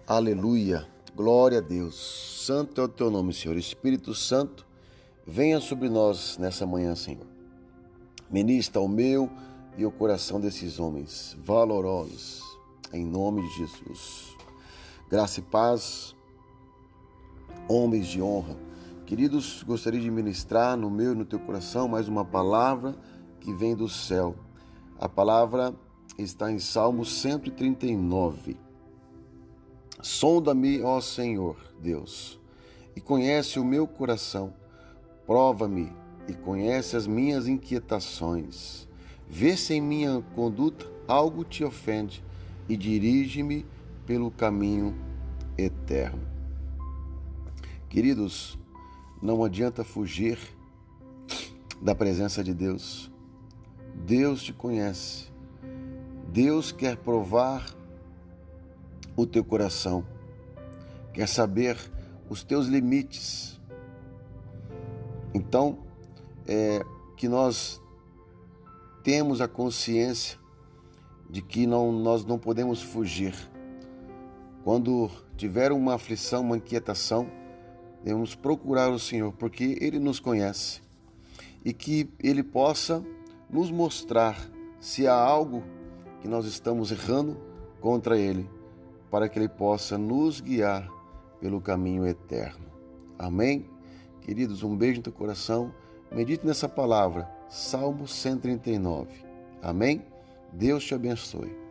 Aleluia, glória a Deus, santo é o teu nome, Senhor. Espírito Santo, venha sobre nós nessa manhã, Senhor. Ministra o meu e o coração desses homens valorosos, em nome de Jesus. Graça e paz, homens de honra. Queridos, gostaria de ministrar no meu e no teu coração mais uma palavra que vem do céu. A palavra está em Salmo 139. Sonda-me, ó Senhor Deus, e conhece o meu coração. Prova-me e conhece as minhas inquietações. Vê se em minha conduta algo te ofende e dirige-me pelo caminho eterno. Queridos, não adianta fugir da presença de Deus. Deus te conhece. Deus quer provar o teu coração, quer saber os teus limites. Então, que nós temos a consciência de que nós não podemos fugir. Quando tiver uma aflição, uma inquietação, devemos procurar o Senhor, porque Ele nos conhece e que Ele possa nos mostrar se há algo que nós estamos errando contra Ele, para que Ele possa nos guiar pelo caminho eterno. Amém? Queridos, um beijo no teu coração. Medite nessa palavra, Salmo 139. Amém? Deus te abençoe.